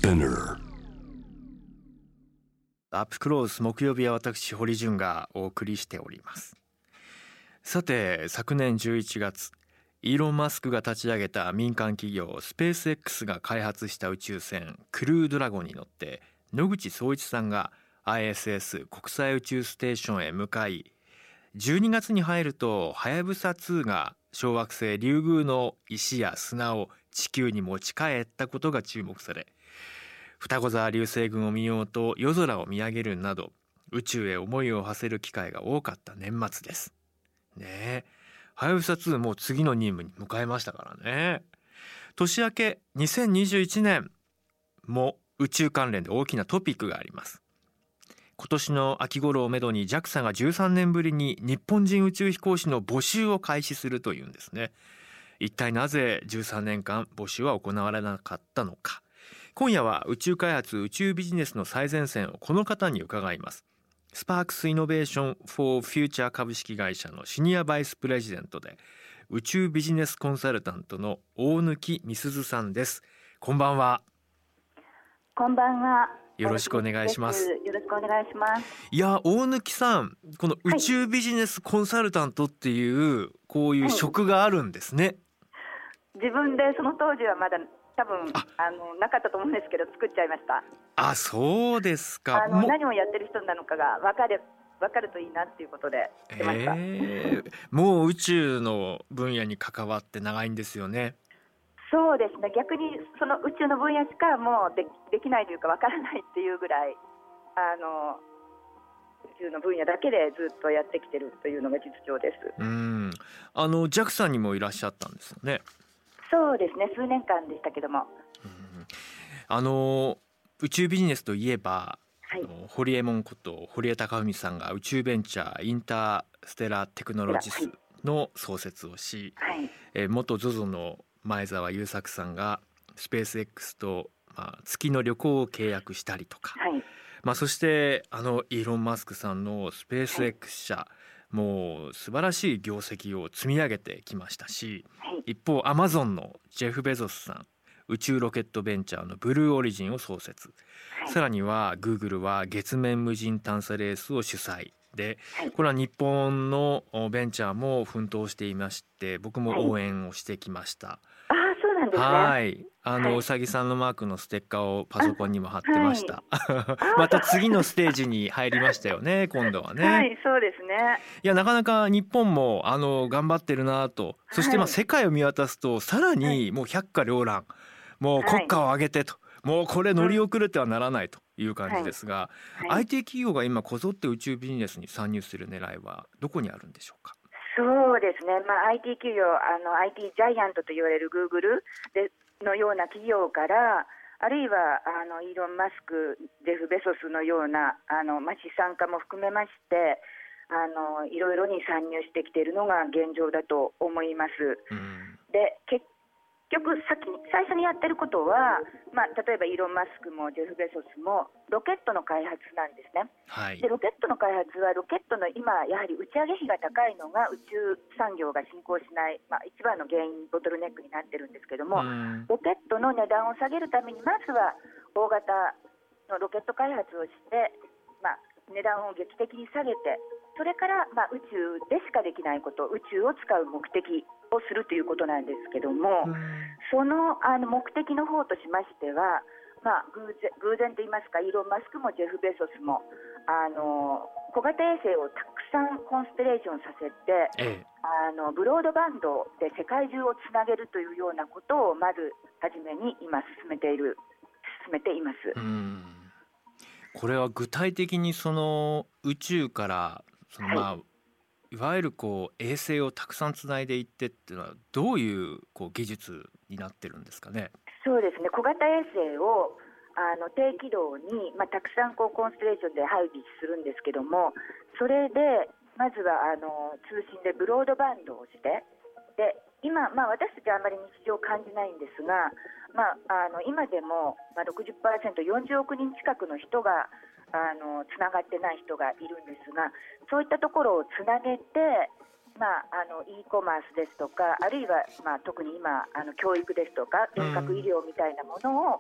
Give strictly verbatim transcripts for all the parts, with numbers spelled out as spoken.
Spinner。 アップクロース木曜日は私堀潤がお送りしております。さて、昨年じゅういちがつ、イーロン・マスクが立ち上げた民間企業スペース X が開発した宇宙船クルードラゴンに乗って野口聡一さんが アイエスエス 国際宇宙ステーションへ向かい、じゅうにがつに入るとはやぶさにが小惑星リュウグウの石や砂を地球に持ち帰ったことが注目され、双子座流星群を見ようと夜空を見上げるなど宇宙へ思いを馳せる機会が多かった年末ですね。えはやぶさにもう次の任務に迎えましたからね。年明けにせんにじゅういちねんも宇宙関連で大きなトピックがあります。今年の秋頃をめどに ジャクサ がじゅうさんねんぶりに日本人宇宙飛行士の募集を開始するというんですね。一体なぜじゅうさんねんかん募集は行われなかったのか。今夜は宇宙開発宇宙ビジネスの最前線をこの方に伺います。スパークスイノベーションフォーフューチャー株式会社のシニアバイスプレジデントで宇宙ビジネスコンサルタントの大貫美鈴さんです。こんばんは。 こんばんは。 よろしくお願いします。 よろしくお願いします。 いや、大貫さん、この宇宙ビジネスコンサルタントっていう、はい、こういう職があるんですね。 自分でその当時はまだ多分ああのなかったと思うんですけど作っちゃいました。 あ、そうですか。 あの何をやってる人なのかが分かる分かるといいなっていうことでしてました。 えー、もう宇宙の分野に関わって長いんですよね。 そうですね。逆にその宇宙の分野しかもう で, できないというか分からないっていうぐらいあの宇宙の分野だけでずっとやってきてるというのが実情です。 うん、あの ジャクサ にもいらっしゃったんですよね。 そうですね。数年間でしたけども、 うん、あの宇宙ビジネスといえば、 はい、 堀江門こと堀江貴文さんが宇宙ベンチャーインターステラテクノロジスの創設をし、はい、え元 ゾゾ の前澤友作さんがスペース X と、まあ、月の旅行を契約したりとか、はい、まあ、そしてあのイーロン・マスクさんのスペース X 社、はい、もう素晴らしい業績を積み上げてきましたし、はい、一方アマゾンのジェフ・ベゾスさん宇宙ロケットベンチャーのブルーオリジンを創設、はい、さらにはグーグルは月面無人探査レースを主催で、これは日本のベンチャーも奮闘していまして僕も応援をしてきました。はい、 あ、そうなんですね。 はい、あの、はい、うさぎさんのマークのステッカーをパソコンにも貼ってました、はい、また次のステージに入りましたよね今度はね。 はい、そうですね。 いや、なかなか日本もあの頑張ってるなと。そしてまあ世界を見渡すとさらにもう百花繚乱、もう国家を挙げてと、もうこれ乗り遅れてはならないという感じですが、はいはい、アイティー 企業が今こぞって宇宙ビジネスに参入する狙いはどこにあるんでしょうか。 そうですね、まあ、アイティー 企業あの アイティー ジャイアントと言われるグーグルでのような企業からあるいはあのイーロン・マスクジェフ・ベソスのようなあの、まあ、資産家も含めましてあのいろいろに参入してきているのが現状だと思います。うん、で結結局先に最初にやってることは、まあ、例えばイーロン・マスクもジェフ・ベソスもロケットの開発なんですね。はい、でロケットの開発はロケットの今やはり打ち上げ費が高いのが宇宙産業が進行しない、まあ、一番の原因ボトルネックになってるんですけども、ロケットの値段を下げるためにまずは大型のロケット開発をして、まあ、値段を劇的に下げてそれから、まあ、宇宙でしかできないこと宇宙を使う目的をするということなんですけども、その、あの目的の方としましては、まあ、偶然、偶然といいますかイーロン・マスクもジェフ・ベソスもあの小型衛星をたくさんコンステレーションさせて、ええ、あのブロードバンドで世界中をつなげるというようなことをまず初めに今進めている進めています。うん、 これは具体的にその宇宙からその、まあ、はいいわゆるこう衛星をたくさんつないでいってっていうのはどういうこう技術になってるんですかね。 そうですね、小型衛星をあの低軌道に、まあ、たくさんこうコンステレーションで配備するんですけどもそれでまずはあの通信でブロードバンドをしてで今、まあ、私たちはあまり日常感じないんですが、まあ、あの今でも、まあ、ろくじゅっパーセントよんじゅうおくにん近くの人があのつながってない人がいるんですがそういったところをつなげて、まあ、あの e コマースですとかあるいは、まあ、特に今あの教育ですとか遠隔医療みたいなものを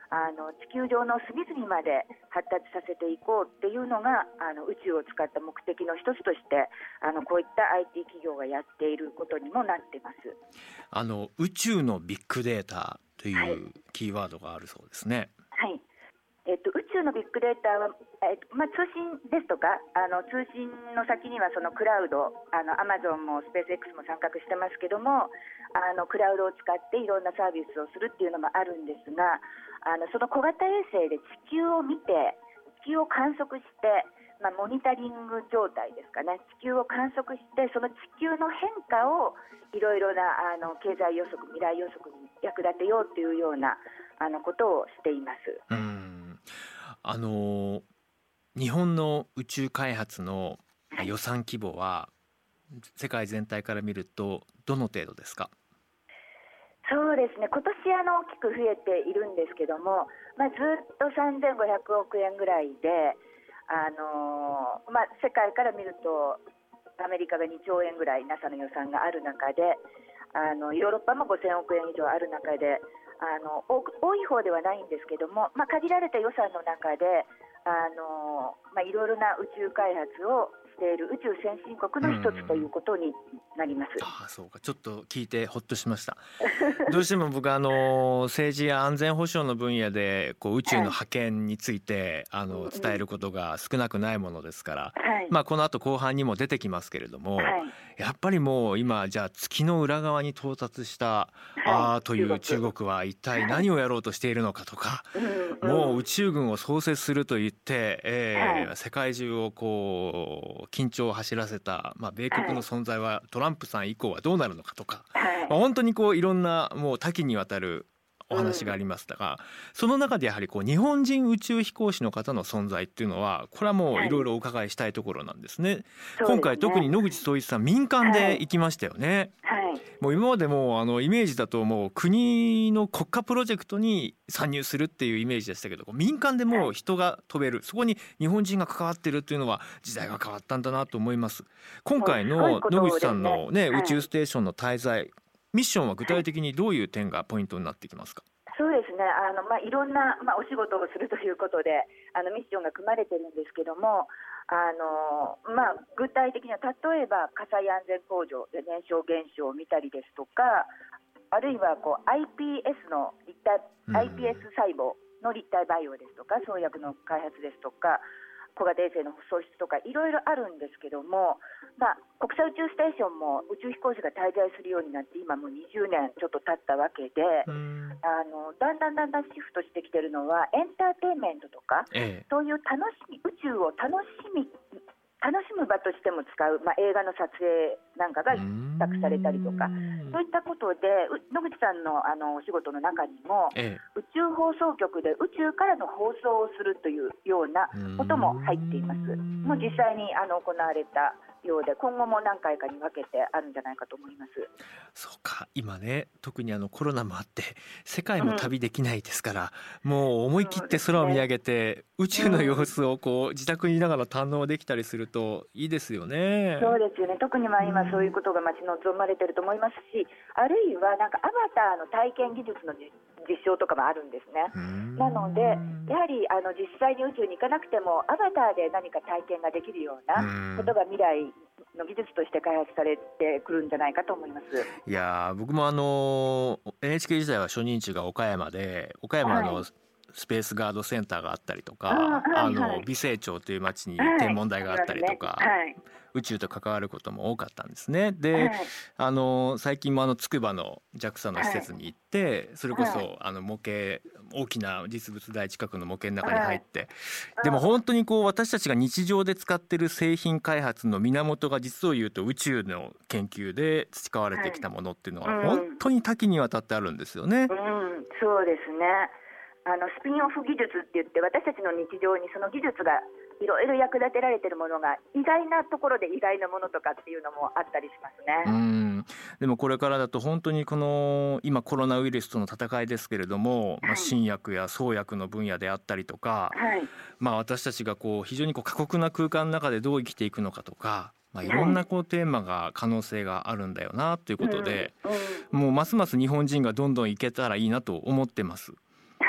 あの地球上の隅々まで発達させていこうっていうのがあの宇宙を使った目的の一つとしてあのこういった アイティー 企業がやっていることにもなっています。 あの宇宙のビッグデータといはいうキーワードがあるそうですね。 はいえっと、宇宙のビッグデータは、えっとまあ、通信ですとかあの通信の先にはそのクラウドあのアマゾンもスペース X も参画してますけどもあのクラウドを使っていろんなサービスをするっていうのもあるんですがあのその小型衛星で地球を見て地球を観測して、まあ、モニタリング状態ですかね地球を観測してその地球の変化をいろいろなあの経済予測未来予測に役立てようというようなあのことをしています。 うんあの日本の宇宙開発の予算規模は世界全体から見るとどの程度ですか？ そうですね今年あの大きく増えているんですけども、まあ、ずっとさんぜんごひゃくおくえんぐらいで、あのーまあ、世界から見るとアメリカがにちょうえんぐらい ナサ の予算がある中であのヨーロッパもごせんおくえん以上ある中であの 多, 多い方ではないんですけども、まあ、限られた予算の中であの、まあ、いろいろな宇宙開発をしている宇宙先進国の一つということになります。 ああそうかちょっと聞いてほっとしましたどうしても僕はあの政治や安全保障の分野でこう宇宙の覇権についてあの伝えることが少なくないものですから、 はいまあ、この後後半にも出てきますけれども、 はいやっぱりもう今じゃあ月の裏側に到達した、 はいあーという中国中国は一体何をやろうとしているのかとか、 うんもう宇宙軍を創設すると言って、えーはい世界中をこう緊張を走らせた、まあ、米国の存在はトランプさん以降はどうなるのかとか、 はいまあ、本当にこういろんなもう多岐にわたるお話がありましたが、その中でやはりこう日本人宇宙飛行士の方の存在っていうのはこれはもういろいろお伺いしたいところなんですね。 そうですね今回特に野口聡一さん民間で行きましたよね。 はいもう今までもうあのイメージだともう国の国家プロジェクトに参入するっていうイメージでしたけど民間でもう人が飛べるそこに日本人が関わってるっていうのは時代が変わったんだなと思います。今回の野口さんのね宇宙ステーションの滞在ミッションは具体的にどういう点がポイントになってきますか？ そうですねあの、まあ、いろんな、まあ、お仕事をするということであのミッションが組まれてるんですけどもあの、まあ、具体的には例えば火災安全向上で燃焼現象を見たりですとかあるいはこう アイピーエス の立体、 うんアイピーエス 細胞の立体培養ですとか創薬の開発ですとか小型衛星の創出とかいろいろあるんですけども、まあ、国際宇宙ステーションも宇宙飛行士が滞在するようになって今もうにじゅうねんちょっと経ったわけで、 うんあのだんだんだんだんシフトしてきてるのはエンターテインメントとか、 ええそういう楽しみ宇宙を楽しみ楽しむ場としても使う、まあ、映画の撮影なんかが託されたりとかそういったことでう野口さんのあのお仕事の中にもええ宇宙放送局で宇宙からの放送をするというようなことも入っています。もう実際にあの行われたようで今後も何回かに分けてあるんじゃないかと思います。 そうか今ね特にあのコロナもあって世界も旅できないですから、うん、もう思い切って空を見上げて、宇宙の様子をこう自宅にいながら堪能できたりするといいですよね。 そうですよね特にまあ今そういうことが待ち望まれていると思いますしあるいはなんかアバターの体験技術の実証とかもあるんですね。なのでやはりあの実際に宇宙に行かなくてもアバターで何か体験ができるようなことが未来の技術として開発されてくるんじゃないかと思います。 いや僕もあの エヌエイチケー 時代は初任地が岡山で岡山の、はいスペースガードセンターがあったりとか、あ、はいはい、あの美星町という町に天文台があったりとか、はいはい、宇宙と関わることも多かったんですね。で、はい、あの最近もあの筑波の ジャクサ の施設に行って、はい、それこそ、はい、あの模型大きな実物大近くの模型の中に入って、はい、でも本当にこう私たちが日常で使っている製品開発の源が実を言うと宇宙の研究で培われてきたものっていうのは本当に多岐にわたってあるんですよね。 うんうん、そうですねあのスピンオフ技術って言って私たちの日常にその技術がいろいろ役立てられているものが意外なところで意外なものとかっていうのもあったりしますね。 うんでもこれからだと本当にこの今コロナウイルスとの戦いですけれども、はいまあ、新薬や創薬の分野であったりとか、はいまあ、私たちがこう非常にこう過酷な空間の中でどう生きていくのかとかまあ、いろんなこうテーマが可能性があるんだよなということで、うんうん、もうますます日本人がどんどんいけたらいいなと思ってます。 は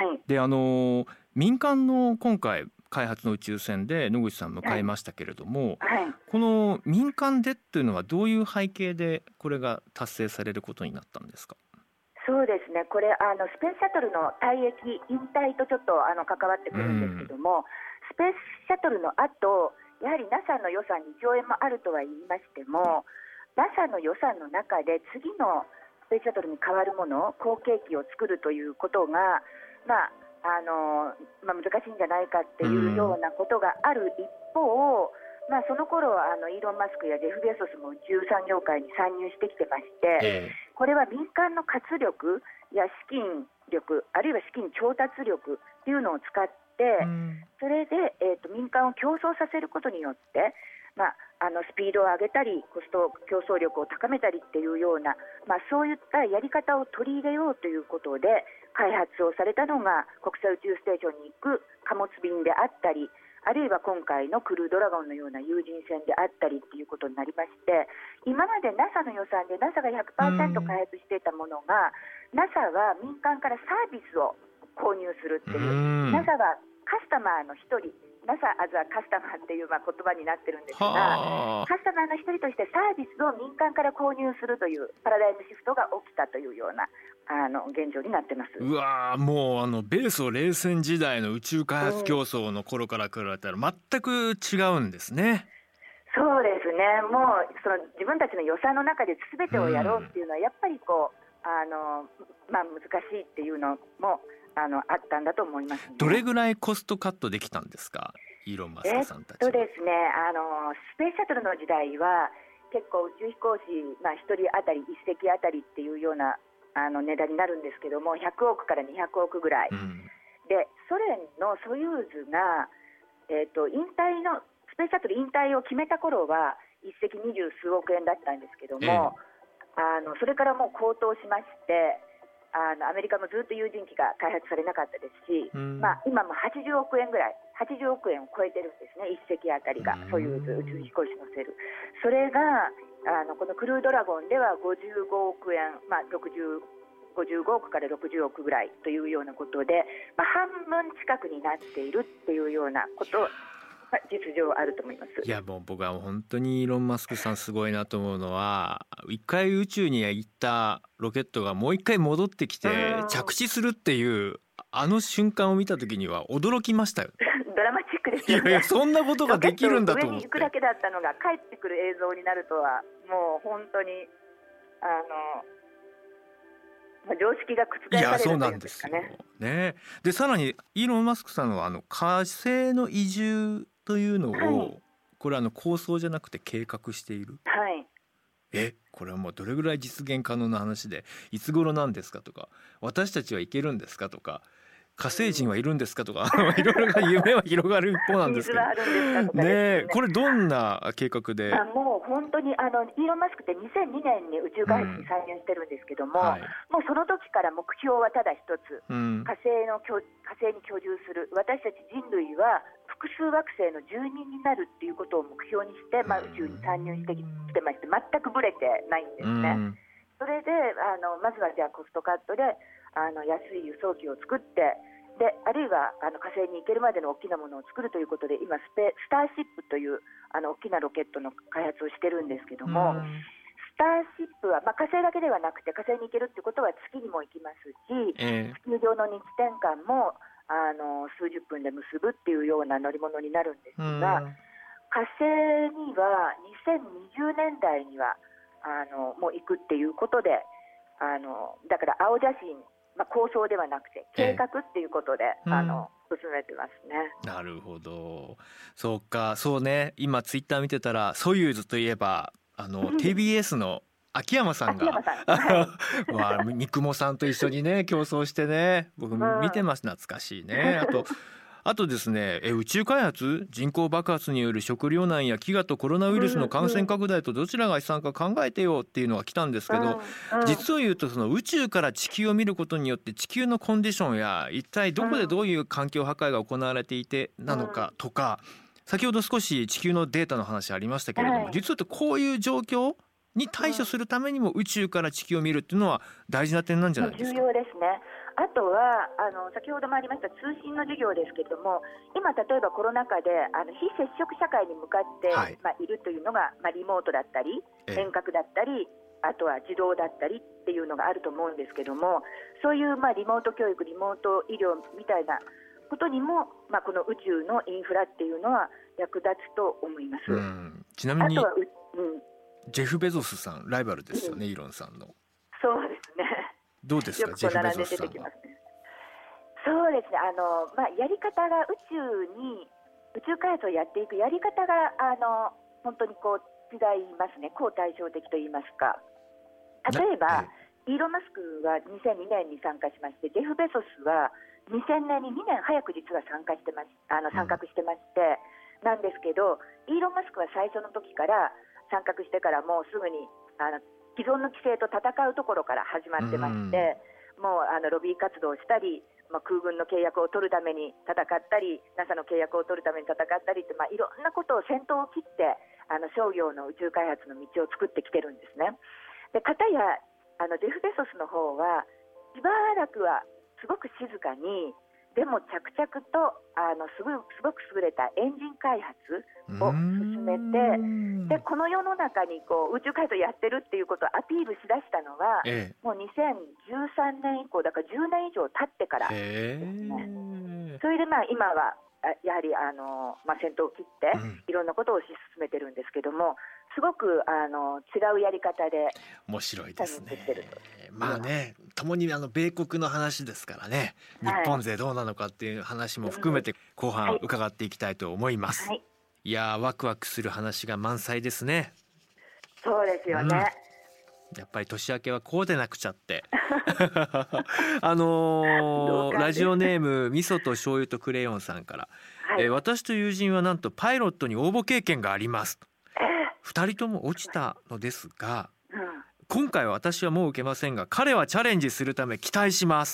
はい、 であの民間の今回開発の宇宙船で野口さん迎えましたけれども、 はいはい、 この民間でっていうのはどういう背景でこれが達成されることになったんですか？ そうですね、これあのスペースシャトルの退役引退とちょっとあの関わってくるんですけども、スペースシャトルの後やはり ナサ の予算にちおえんもあるとは言いましても、 ナサ の予算の中で次のスペースシャトルに代わるもの、後継機を作るということが、まああのまあ、難しいんじゃないかっていうようなことがある一方、まあ、その頃あのイーロン・マスクやジェフ・ベソスも宇宙産業界に参入してきてまして、 ええこれは民間の活力や資金力、あるいは資金調達力っていうのを使って、それで、えーと、民間を競争させることによって、まあ、あのスピードを上げたりコスト競争力を高めたりっていうような、まあ、そういったやり方を取り入れようということで開発をされたのが国際宇宙ステーションに行く貨物便であったり、あるいは今回のクルードラゴンのような有人船であったりということになりまして、今まで ナサ の予算で ナサ が ひゃくパーセント 開発していたものが ナサ は民間からサービスを購入するっていう、 ナサ はカスタマーの一人、 ナサ as a カスタマーっていうまあ言葉になってるんですが、カスタマーの一人としてサービスを民間から購入するというパラダイムシフトが起きたというようなあの現状になってます。 うわー、もうあの米ソ冷戦時代の宇宙開発競争の頃から比べたら全く違うんですね。 そうですね、もうその自分たちの予算の中で全てをやろうっていうのはやっぱりこうあの、まあ、難しいっていうのもあのあったんだと思いますね。 どれぐらいコストカットできたんですか、イーロン・マスクさんたちは。 えっとですね、あのスペースシャトルの時代は結構宇宙飛行士、まあ、ひとり当たりいっ隻あたりっていうようなあの値段になるんですけども、ひゃくおくからにひゃくおくぐらい、うん、でソ連のソユーズが、えー、と引退のスペースシャトル引退を決めた頃はいっ隻二十数億円だったんですけども、えー、あのそれからもう高騰しまして、あのアメリカもずっと有人機が開発されなかったですし、うん、まあ、今もはちじゅうおくえんぐらい、はちじゅうおくえんを超えてるんですね、いっ隻あたりがソユーズ宇宙飛行士乗せる。それがあのこのクルードラゴンではごじゅうごおくえん、まあ、ろくじゅう ごじゅうごおくからろくじゅうおくぐらいというようなことで、まあ、半分近くになっているっていうようなことが実情あると思います。 いやもう僕は本当にイーロン・マスクさんすごいなと思うのは、一回宇宙に行ったロケットがもう一回戻ってきて着地するっていうあの瞬間を見た時には驚きましたよ。 ドラマチックですよね。 いやいや、そんなことができるんだと思って。 上に行くだけだったのが帰ってくる映像になるとはもう本当にあのまあ、常識が覆されるというんですかね。いや、そうなんですよね。でさらにイーロン・マスクさんはあの火星の移住というのを、はい、これはあの構想じゃなくて計画している、 はい、 えこれはもうどれぐらい実現可能な話で、いつ頃なんですかとか、私たちは行けるんですかとか、火星人はいるんですかとかいろいろ夢は広がる一方なんですけどね。これどんな計画で。 あもう本当にあのイーロン・マスクってにせんにねんに宇宙開発に参入してるんですけども、うんはい、もうその時から目標はただ一つ、うん、火星の火星に居住する私たち人類は複数惑星の住人になるっていうことを目標にして、まあ、宇宙に参入してきてまして、全くブレてないんですね、うん、それであのまずはじゃあコストカットであの安い輸送機を作って、であるいはあの火星に行けるまでの大きなものを作るということで今スペスターシップというあの大きなロケットの開発をしてるんですけども、スターシップは、まあ、火星だけではなくて火星に行けるってことは月にも行きますし、えー、地球上の日点間もあの数十分で結ぶっていうような乗り物になるんですが、火星にはにせんにじゅうねんだいにはあのもう行くっていうことで、あのだから青写真、まあ、構想ではなくて計画っていうことで、えー、あの進めてますね。 なるほど、そうか、そうね、今ツイッター見てたらソユーズといえばあのティービーエス の秋山さんがまあ三雲さんと一緒にね競争してね、僕見てます、懐かしいね。あとあとですね、え宇宙開発、人口爆発による食糧難や飢餓とコロナウイルスの感染拡大とどちらが悲惨か考えてよっていうのが来たんですけど、実を言うとその宇宙から地球を見ることによって地球のコンディションや一体どこでどういう環境破壊が行われていてなのかとか、先ほど少し地球のデータの話ありましたけれども、実はこういう状況に対処するためにも宇宙から地球を見るっていうのは大事な点なんじゃないですか。 重要ですね。 あとはあの先ほどもありました通信の授業ですけれども、今例えばコロナ禍であの非接触社会に向かって、はいまあ、いるというのが、まあ、リモートだったり遠隔だったり、あとは自動だったりっていうのがあると思うんですけども、そういう、まあ、リモート教育リモート医療みたいなことにも、まあ、この宇宙のインフラっていうのは役立つと思います。 うん、ちなみにあとは、うん、 ジェフ・ベゾスさんライバルですよね、うん、イーロンさんの。 そうですね。 どうですか、ジェフ・ベゾスさんは。 そうですね、あの、まあ、やり方が宇宙に宇宙開発をやっていくやり方があの本当にこう違いますね。高対照的といいますか。例えばイーロン・マスクはにせんにねんに参加しまして、ジェフ・ベゾスはにせんねんににねん早く実は参加してましあの参画してまして、うん、なんですけど、イーロン・マスクは最初の時から参画してからもうすぐにあの既存の規制と戦うところから始まってまして、うん、もうあのロビー活動をしたり、まあ、空軍の契約を取るために戦ったり ナサ の契約を取るために戦ったりって、まあ、いろんなことを先頭を切ってあの商業の宇宙開発の道を作ってきてるんですね。で片やあのジェフ・ベソスの方はしばらくはすごく静かに、でも着々とあのすごすごく優れたエンジン開発を進めて、でこの世の中にこう宇宙開発をやってるっていうことをアピールしだしたのは、ええ、もうにせんじゅうさんねん以降だからじゅうねん以上経ってからですね。それでまあ今はやはりあの、まあ、先頭を切っていろんなことを推し進めてるんですけども、すごくあの違うやり方で面白いですね。まあね、共にあの米国の話ですからね、日本勢どうなのかっていう話も含めて後半伺っていきたいと思います。はい、いやワクワクする話が満載ですね。 そうですよね。 うん、やっぱり年明けはこうでなくちゃってあのー、ラジオネーム味噌と醤油とクレヨンさんから、はいえー、私と友人はなんとパイロットに応募経験がありますと。ふたりとも落ちたのですが、うん、今回は私はもう受けませんが彼はチャレンジするため期待します。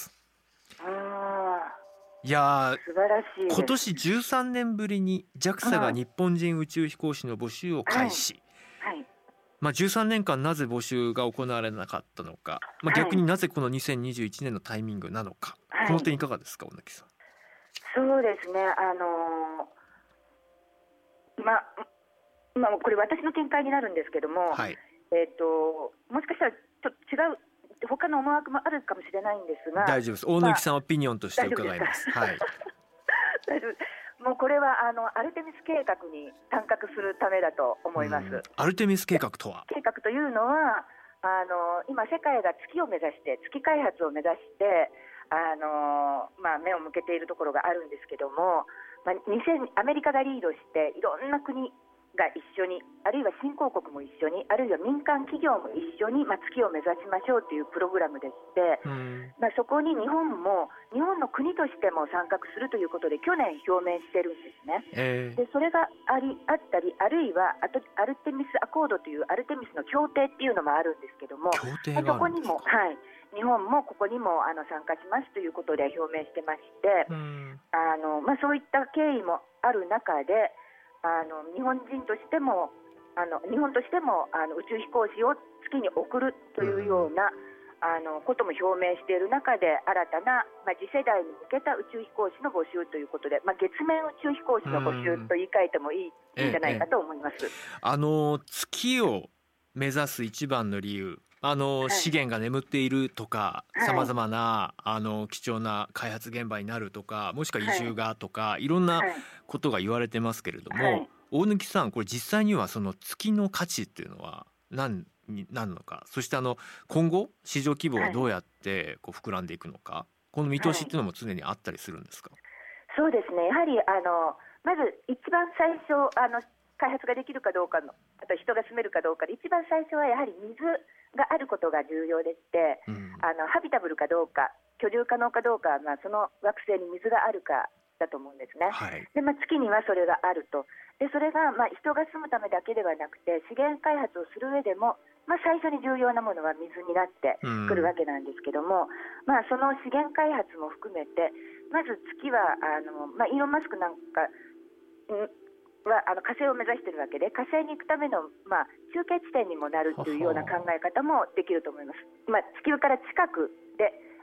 いや素晴らしいです。今年じゅうさんねんぶりに ジャクサ が日本人宇宙飛行士の募集を開始、はいはいまあ、じゅうさんねんかんなぜ募集が行われなかったのか、まあ、逆になぜこのにせんにじゅういちねんのタイミングなのか、はい、この点いかがですか、小貫さん。 そうですね、あのー、ままあ、これ私の見解になるんですけども、はいえー、ともしかしたらちょっと違う他の思惑もあるかもしれないんですが、 大丈夫です。大貫さん、まあ、オピニオンとして伺います。はい、 大丈夫です。もうこれはあのアルテミス計画に参画するためだと思います。 アルテミス計画とは、 計画というのはあの今世界が月を目指して月開発を目指してあの、まあ、目を向けているところがあるんですけども、まあ、にせんアメリカがリードしていろんな国が一緒に、あるいは新興国も一緒に、あるいは民間企業も一緒に、まあ、月を目指しましょうというプログラムでして、うんまあ、そこに日本も日本の国としても参画するということで去年表明してるんですね。えー、でそれがありあったり、あるいはアルテミスアコードというアルテミスの協定っていうのもあるんですけども、 協定があるんですか。 そこにも、はい、日本もここにもあの参加しますということで表明してまして、うんあのまあ、そういった経緯もある中であの日本人としてもあの日本としてもあの宇宙飛行士を月に送るというような、うん、あのことも表明している中で新たな、まあ、次世代に向けた宇宙飛行士の募集ということで、まあ、月面宇宙飛行士の募集と言い換えてもいい、うん、いいんじゃないかと思います。ええ、 あの月を目指す一番の理由、あの、はい、資源が眠っているとかさまざまなあの貴重な開発現場になるとか、もしくは移住がとか、はい、いろんなことが言われてますけれども、はい、大貫さん、これ実際にはその月の価値っていうのは何になるのか、そしてあの今後市場規模はどうやってこう膨らんでいくのか、はい、この見通しっていうのも常にあったりするんですか。 そうですね、やはりあのまず一番最初あの開発ができるかどうかの、あと人が住めるかどうかで一番最初はやはり水があることが重要でして、うん、あのハビタブルかどうか居住可能かどうかは、まあ、その惑星に水があるかだと思うんですね。はい、でまあ、月にはそれがあると。でそれがまあ人が住むためだけではなくて資源開発をする上でも、まあ、最初に重要なものは水になってくるわけなんですけども、うんまあ、その資源開発も含めてまず月はあの、まあ、イーロン・マスクなんかんはあの火星を目指しているわけで、火星に行くための、まあ、中継地点にもなるというような考え方もできると思います。まあ、地球から近くで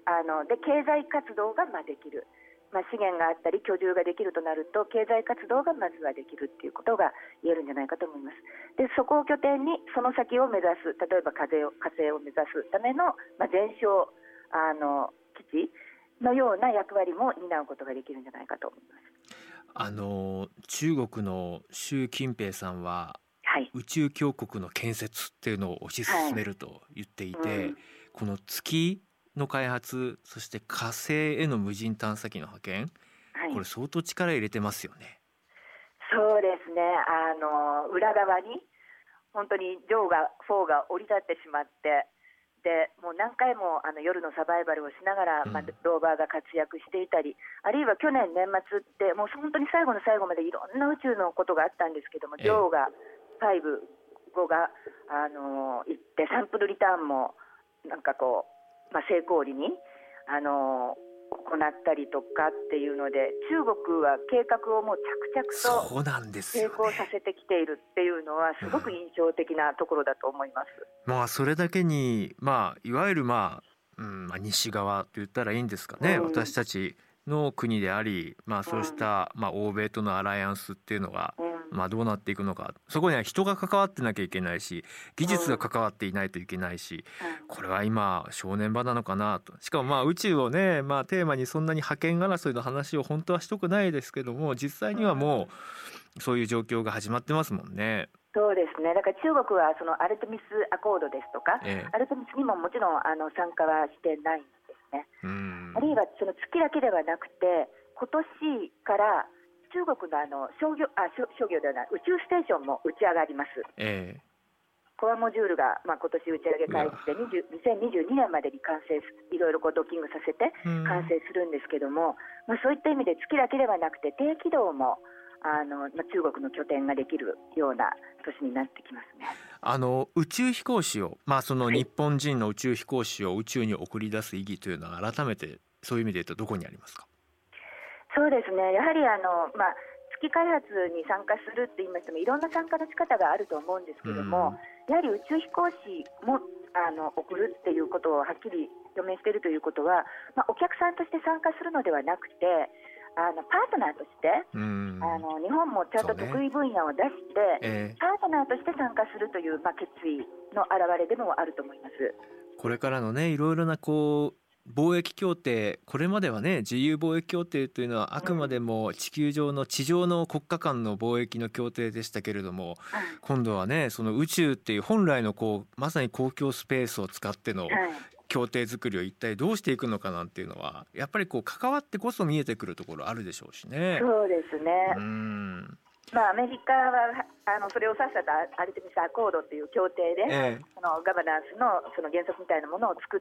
あので経済活動がまあできる、まあ、資源があったり居住ができるとなると経済活動がまずはできるっていうことが言えるんじゃないかと思います。でそこを拠点にその先を目指す、例えば火星を、火星を目指すための、まあ、全焼あの基地のような役割も担うことができるんじゃないかと思います。 あの中国の習近平さんは、はい、宇宙強国の建設っていうのを推し進めると言っていて、はいうん、この月の開発、そして火星への無人探査機の派遣、はい、これ相当力入れてますよね。 そうですね、あの裏側に本当にジョーがフォーが降り立ってしまって、でもう何回もあの夜のサバイバルをしながら、うんまあ、ローバーが活躍していたり、あるいは去年年末ってもう本当に最後の最後までいろんな宇宙のことがあったんですけども、ジョーがご、ごがあの行ってサンプルリターンもなんかこう、まあ、成功裏にあの行ったりとかっていうので、中国は計画をもう着々と成功させてきているっていうのはすごく印象的なところだと思います。 うん、まあそれだけに、まあ、いわゆる、まあうんまあ、西側と言ったらいいんですかね、うん、私たちの国であり、まあ、そうした、うんまあ、欧米とのアライアンスっていうのが、うんまあ、どうなっていくのか、そこには人が関わってなきゃいけないし、技術が関わっていないといけないし、これは今正念場なのかなと。しかもまあ宇宙をね、まあ、テーマにそんなに覇権争いの話を本当はしたくないですけども、実際にはもうそういう状況が始まってますもんね。 そうですね、だから中国はそのアルテミスアコードですとか、ええ、アルテミスにももちろんあの参加はしてないんですね。うんあるいはその月だけではなくて、今年から中国のあの商業あ商業ではない宇宙ステーションも打ち上がります。ええ、コアモジュールが、まあ、今年打ち上げ開始でにせんにじゅうにねんまでに完成、いろいろこうドッキングさせて完成するんですけども、まあ、そういった意味で月だけではなくて低軌道もあの、まあ、中国の拠点ができるような年になってきますね。 あの宇宙飛行士を、まあ、その日本人の宇宙飛行士を宇宙に送り出す意義というのは改めてそういう意味で言うとどこにありますか？ そうですね、やはりあの、まあ、月開発に参加するって言いましてもいろんな参加の仕方があると思うんですけども、やはり宇宙飛行士もあの送るっていうことをはっきり表明しているということは、まあ、お客さんとして参加するのではなくて、あのパートナーとしてあの日本もちゃんと得意分野を出して、ねえー、パートナーとして参加するという、まあ、決意の表れでもあると思います。 これからのね、いろいろなこう貿易協定、これまではね自由貿易協定というのはあくまでも地球上の地上の国家間の貿易の協定でしたけれども、今度はねその宇宙っていう本来のこうまさに公共スペースを使っての協定作りを一体どうしていくのかなんていうのはやっぱりこう関わってこそ見えてくるところあるでしょうしね。 そうですね。うんまあ、アメリカはあのそれを指したアルテミスアコードという協定で、ええ、そのガバナンス の, その原則みたいなものを作って、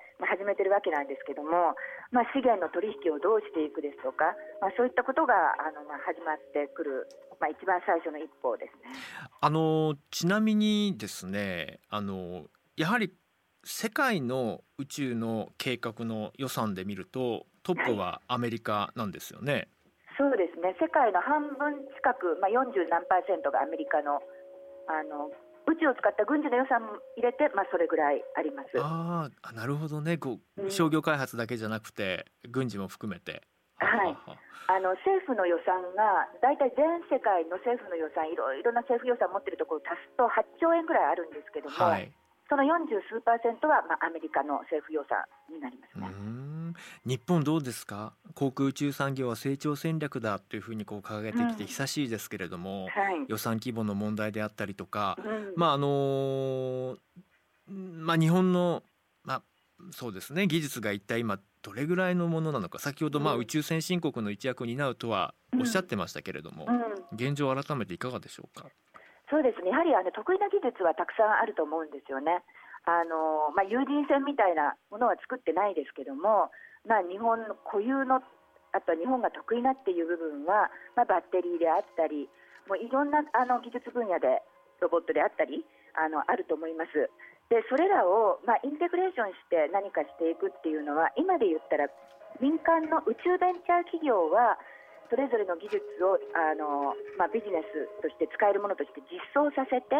まあ、始めてるわけなんですけども、まあ、資源の取引をどうしていくですとか、まあ、そういったことがあの、まあ、始まってくる、まあ、一番最初の一歩ですね。 あのちなみにですね、あのやはり世界の宇宙の計画の予算で見るとトップはアメリカなんですよね。はい、 そうですね、世界の半分近く、まあ、よんじゅうなんパーセントがアメリカの、あの宇宙を使った軍事の予算も入れて、まあ、それぐらいあります。 ああ、なるほどね。こう、うん、商業開発だけじゃなくて軍事も含めて、 はい、あの政府の予算がだいたい全世界の政府の予算、いろいろな政府予算を持っているところを足すとはっちょうえんぐらいあるんですけども、はい、そのよんじゅう数パーセントは、まあ、アメリカの政府予算になりますね。 うーん、日本どうですか？航空宇宙産業は成長戦略だというふうにこう掲げてきて久しいですけれども、うんはい、予算規模の問題であったりとか、うん、まああのまあ日本の、まあ、そうですね、技術が一体今どれぐらいのものなのか、先ほどまあ宇宙先進国の一役を担うとはおっしゃってましたけれども、うんうん、現状改めていかがでしょうか？ そうですね、やはりあの得意な技術はたくさんあると思うんですよね。あの、まあ、有人船みたいなものは作ってないですけども、まあ、日本の固有のあとは日本が得意なっていう部分は、まあ、バッテリーであったり、もういろんなあの技術分野でロボットであったり あのあると思います。でそれらを、まあ、インテグレーションして何かしていくっていうのは、今で言ったら民間の宇宙ベンチャー企業はそれぞれの技術をあの、まあ、ビジネスとして使えるものとして実装させて、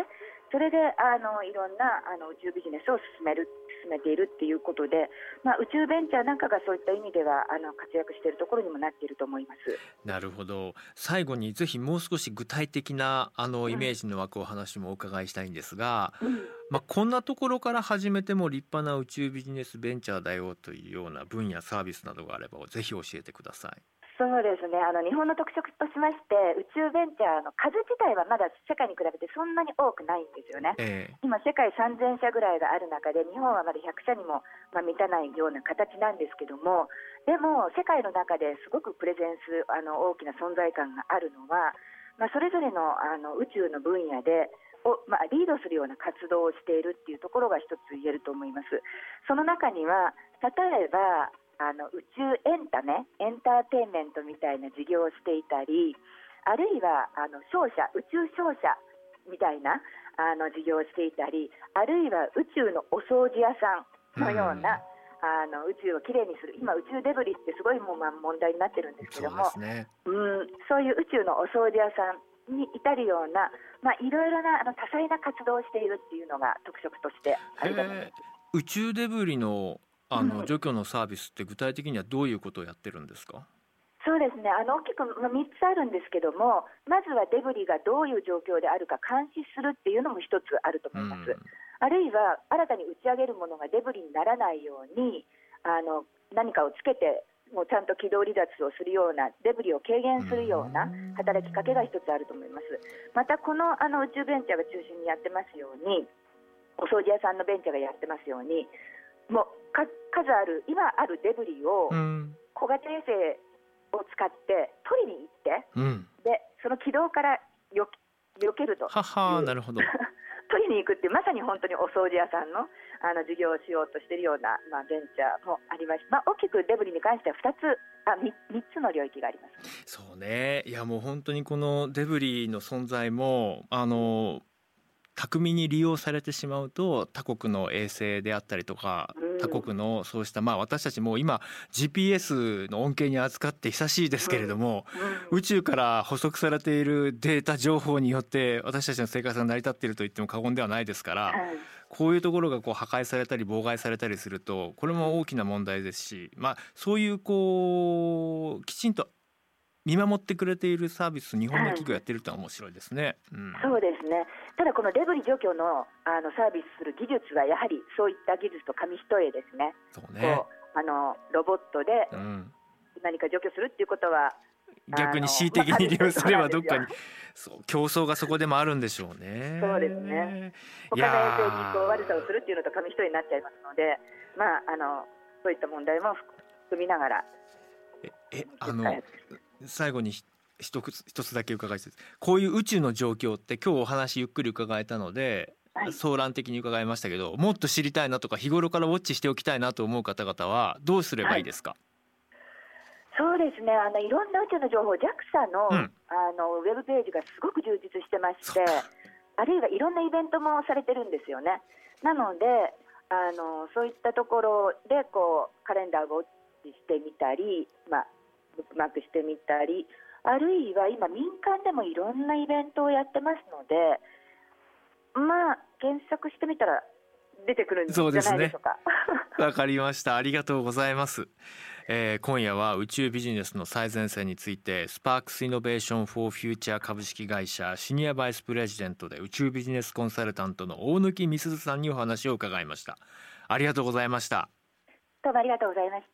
それであのいろんなあの宇宙ビジネスを進める進めているっていうことで、まあ、宇宙ベンチャーなんかがそういった意味ではあの活躍しているところにもなっていると思います。 なるほど。最後にぜひもう少し具体的なあのイメージの湧くお話もお伺いしたいんですが、 うんうんまあ、こんなところから始めても立派な宇宙ビジネスベンチャーだよというような分野サービスなどがあればぜひ教えてください。 そうですね、あの日本の特色としまして宇宙ベンチャーの数自体はまだ世界に比べてそんなに多くないんですよね。 ええ今世界さんぜんしゃぐらいがある中で日本はまだひゃくしゃにも、まあ、満たないような形なんですけども、でも世界の中ですごくプレゼンスあの大きな存在感があるのは、まあ、それぞれの、あの宇宙の分野でを、まあ、リードするような活動をしているっていうところが一つ言えると思います。その中には例えばあの宇宙エンタメエンターテインメントみたいな事業をしていたり、あるいはあの商社宇宙商社みたいなあの事業をしていたり、あるいは宇宙のお掃除屋さんのような、あの宇宙をきれいにする、今宇宙デブリってすごいもうまあ問題になってるんですけども、 そうですね。 うん、そういう宇宙のお掃除屋さんに至るような、まあ、いろいろなあの多彩な活動をしているっていうのが特色としてあると思います。 宇宙デブリのあのうん除去のサービスって具体的にはどういうことをやってるんですか？ そうですね、あの大きくまあみっつあるんですけども、まずはデブリがどういう状況であるか監視するっていうのも一つあると思います。 うんあるいは新たに打ち上げるものがデブリにならないようにあの何かをつけてもうちゃんと軌道離脱をするようなデブリを軽減するような働きかけが一つあると思います。またこの、あの宇宙ベンチャーが中心にやってますように、お掃除屋さんのベンチャーがやってますように、もうか数ある今あるデブリをうん小型衛星を使って取りに行って、 うんでその軌道からよ避けるというははなるほど。 取りに行くっていうまさに本当にお掃除屋さんのあの事業をしようとしているような、まあ、ベンチャーもあります。まあ、大きくデブリに関してはふたつあ 3, 3つの領域があります。 そうね。いやもう本当にこのデブリの存在もあの巧みに利用されてしまうと他国の衛星であったりとか他国のそうしたまあ私たちも今 ジーピーエス の恩恵に扱って久しいですけれども、宇宙から捕捉されているデータ情報によって私たちの生活が成り立っていると言っても過言ではないですから、こういうところがこう破壊されたり妨害されたりするとこれも大きな問題ですし、まあそういうこうきちんと見守ってくれているサービス日本の企業やってるってのは面白いですね。うん、 そうですね。ただこのデブリ除去の、あのサービスする技術はやはりそういった技術と紙一重ですね。 そうね。 こうあのロボットで何か除去するっていうことは、 うん、逆に恣意的に利用すればどっかに、まあ、そう競争がそこでもあるんでしょうね。 そうですね。他の衛星にこう悪さをするっていうのと紙一重になっちゃいますので、まああのそういった問題も含みながらええあの最後に一つ一つだけ伺いたいです。こういう宇宙の状況って今日お話ゆっくり伺えたので、はい、総覧的に伺いましたけど、もっと知りたいなとか日頃からウォッチしておきたいなと思う方々はどうすればいいですか？ はい、そうですね、あのいろんな宇宙の情報 ジャクサ の、うん、あのウェブページがすごく充実してまして、あるいはいろんなイベントもされてるんですよね。なのであのそういったところでこうカレンダーをウォッチしてみたり、まあ、ブックマークしてみたり、あるいは今民間でもいろんなイベントをやってますので、まあ検索してみたら出てくるんじゃないでしょうか。 わかりました。ありがとうございます。えー、今夜は宇宙ビジネスの最前線についてスパークスイノベーションフォーフューチャー株式会社シニアバイスプレジデントで宇宙ビジネスコンサルタントの大貫美鈴さんにお話を伺いました。ありがとうございました。 どうもありがとうございました。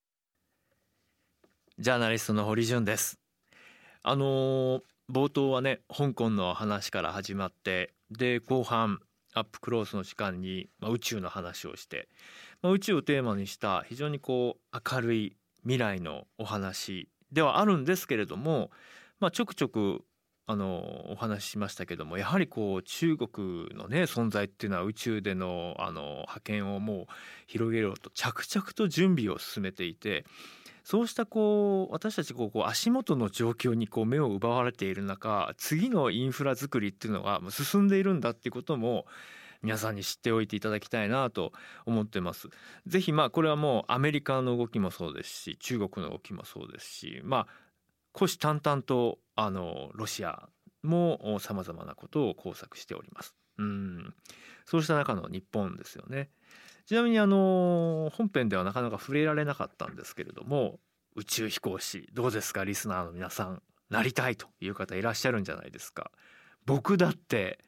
ジャーナリストの堀潤です。あのー、冒頭はね香港の話から始まって、で後半アップクロースの時間に、まあ、宇宙の話をして、まあ、宇宙をテーマにした非常にこう明るい未来のお話ではあるんですけれども、まあ、ちょくちょくあのお話ししましたけども、やはりこう中国のね存在っていうのは宇宙でのあの覇権をもう広げようと着々と準備を進めていて、そうしたこう私たちこうこう足元の状況にこう目を奪われている中、次のインフラ作りっていうのが進んでいるんだっていうことも皆さんに知っておいていただきたいなと思ってます。ぜひまあこれはもうアメリカの動きもそうですし中国の動きもそうですし、まあ虎視眈々とあのロシアもさまざまなことを工作しております。 うん、そうした中の日本ですよね。ちなみにあの本編ではなかなか触れられなかったんですけれども、宇宙飛行士どうですか、リスナーの皆さん。なりたいという方いらっしゃるんじゃないですか。僕だって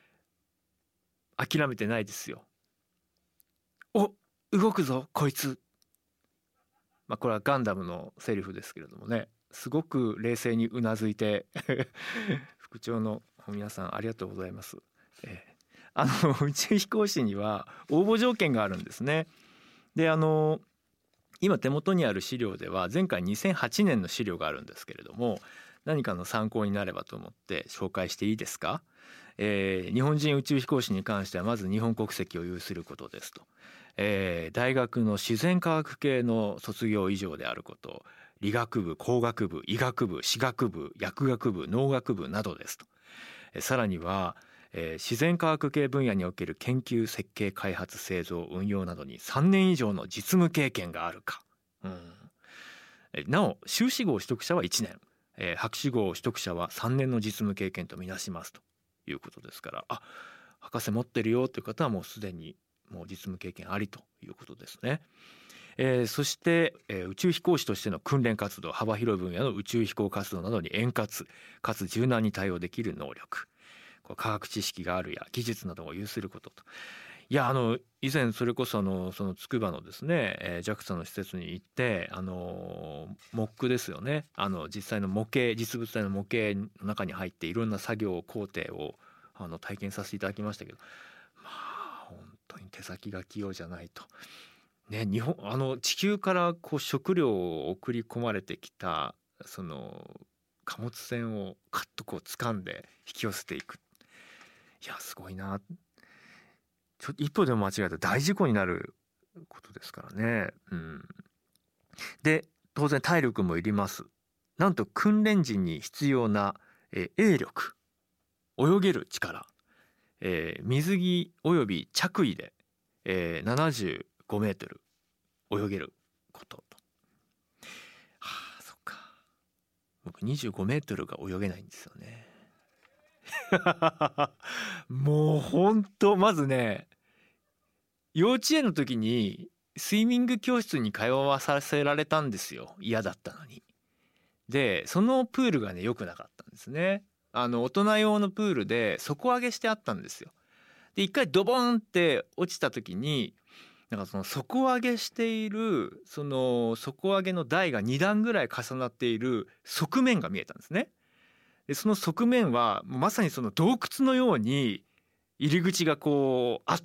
諦めてないですよ。お、動くぞこいつ。まあこれはガンダムのセリフですけれどもね、すごく冷静にうなずいて副長の皆さんありがとうございます。えーあの宇宙飛行士には応募条件があるんですね。であの今手元にある資料では前回にせんはちねんの資料があるんですけれども、何かの参考になればと思って紹介していいですか。えー日本人宇宙飛行士に関してはまず日本国籍を有することですと、えー大学の自然科学系の卒業以上であること、理学部、工学部、医学部、歯学部、薬学部、農学部などですと。えーさらにはえー自然科学系分野における研究設計開発製造運用などにさんねん以上の実務経験があるか、うん、えなお修士号取得者はいちねん、えー博士号取得者はさんねんの実務経験とみなしますということですから、あ、博士持ってるよという方はもうすでにもう実務経験ありということですね。えーそして、えー宇宙飛行士としての訓練活動、幅広い分野の宇宙飛行活動などに円滑かつ柔軟に対応できる能力、こう科学知識があるや技術などを有することと。いやあの以前それこそあのその筑波のですね、えー、ジャクサ の施設に行ってあのモックですよね、あの実際の模型、実物大の模型の中に入っていろんな作業工程をあの体験させていただきましたけど、まあ本当に手先が器用じゃないとね。日本あの地球からこう食料を送り込まれてきたその貨物船をカッとこう掴んで引き寄せていく、いやすごいな。ちょっと一歩でも間違えたら大事故になることですからね、うん、で当然体力もいります。なんと訓練時に必要な、えー泳力、泳げる力、えー水着および着衣で、えーななじゅうごメートル泳げることと。はあ、そっか、僕にじゅうごメートルが泳げないんですよねもうほんとまずね、幼稚園の時にスイミング教室に通わさせられたんですよ、嫌だったのに。でそのプールがね良くなかったんですね。あの大人用のプールで底上げしてあったんですよ。で一回ドボンって落ちた時になんかその底上げしているその底上げの台がに段ぐらい重なっている側面が見えたんですね。でその側面はまさにその洞窟のように入り口がこうあって、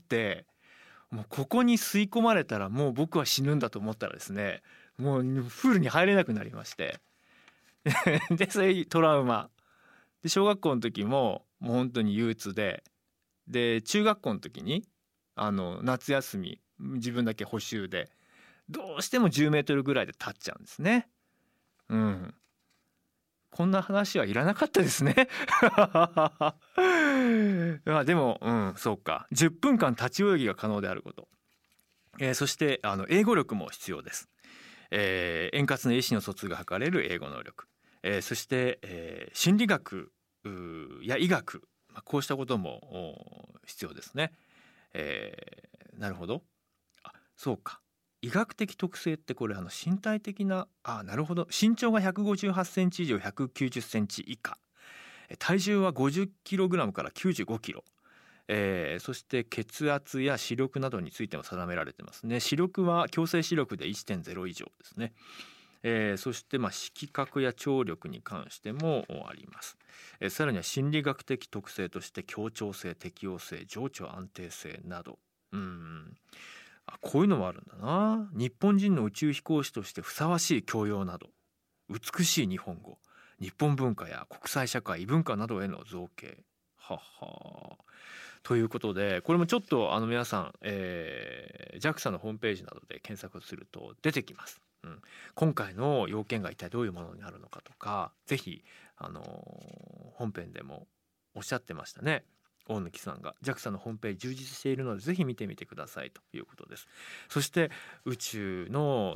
もうここに吸い込まれたらもう僕は死ぬんだと思ったらですね、もうプールに入れなくなりましてでそれトラウマで、小学校の時ももう本当に憂鬱で、で中学校の時にあの夏休み自分だけ補習でどうしてもじゅうメートルぐらいで立っちゃうんですね。うん、こんな話はいらなかったですねまあでも、うん、そうか、じゅっぷんかん立ち泳ぎが可能であること、えーそしてあの英語力も必要です。えー円滑な意思の疎通が図れる英語能力、えーそして、えー心理学や医学、まあ、こうしたことも必要ですね。えーなるほど、あ、そうか、医学的特性ってこれあの身体的な、あ、なるほど、身長がひゃくごじゅうはちセンチ以上ひゃくきゅうじゅっセンチ以下、体重はごじゅっキログラムからきゅうじゅうごキロ、えーそして血圧や視力などについても定められてますね。視力は強制視力で いってんゼロ 以上ですね。えーそしてまあ色覚や聴力に関してもあります。えーさらには心理学的特性として協調性、適応性、情緒安定性など、うーん、あ、こういうのもあるんだな。日本人の宇宙飛行士としてふさわしい教養など、美しい日本語、日本文化や国際社会異文化などへの造形、ははということで、これもちょっとあの皆さん、えー、ジャクサ のホームページなどで検索すると出てきます。うん、今回の要件が一体どういうものになるのかとか、ぜひ、あのー本編でもおっしゃってましたね、大貫さんが。 ジャクサ のホームページ充実しているのでぜひ見てみてくださいということです。そして宇宙の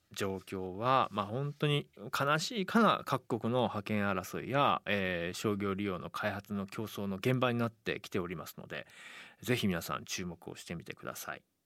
状況は、まあ、本当に悲しいかな各国の覇権争いや、えー商業利用の開発の競争の現場になってきておりますので、ぜひ皆さん注目をしてみてください。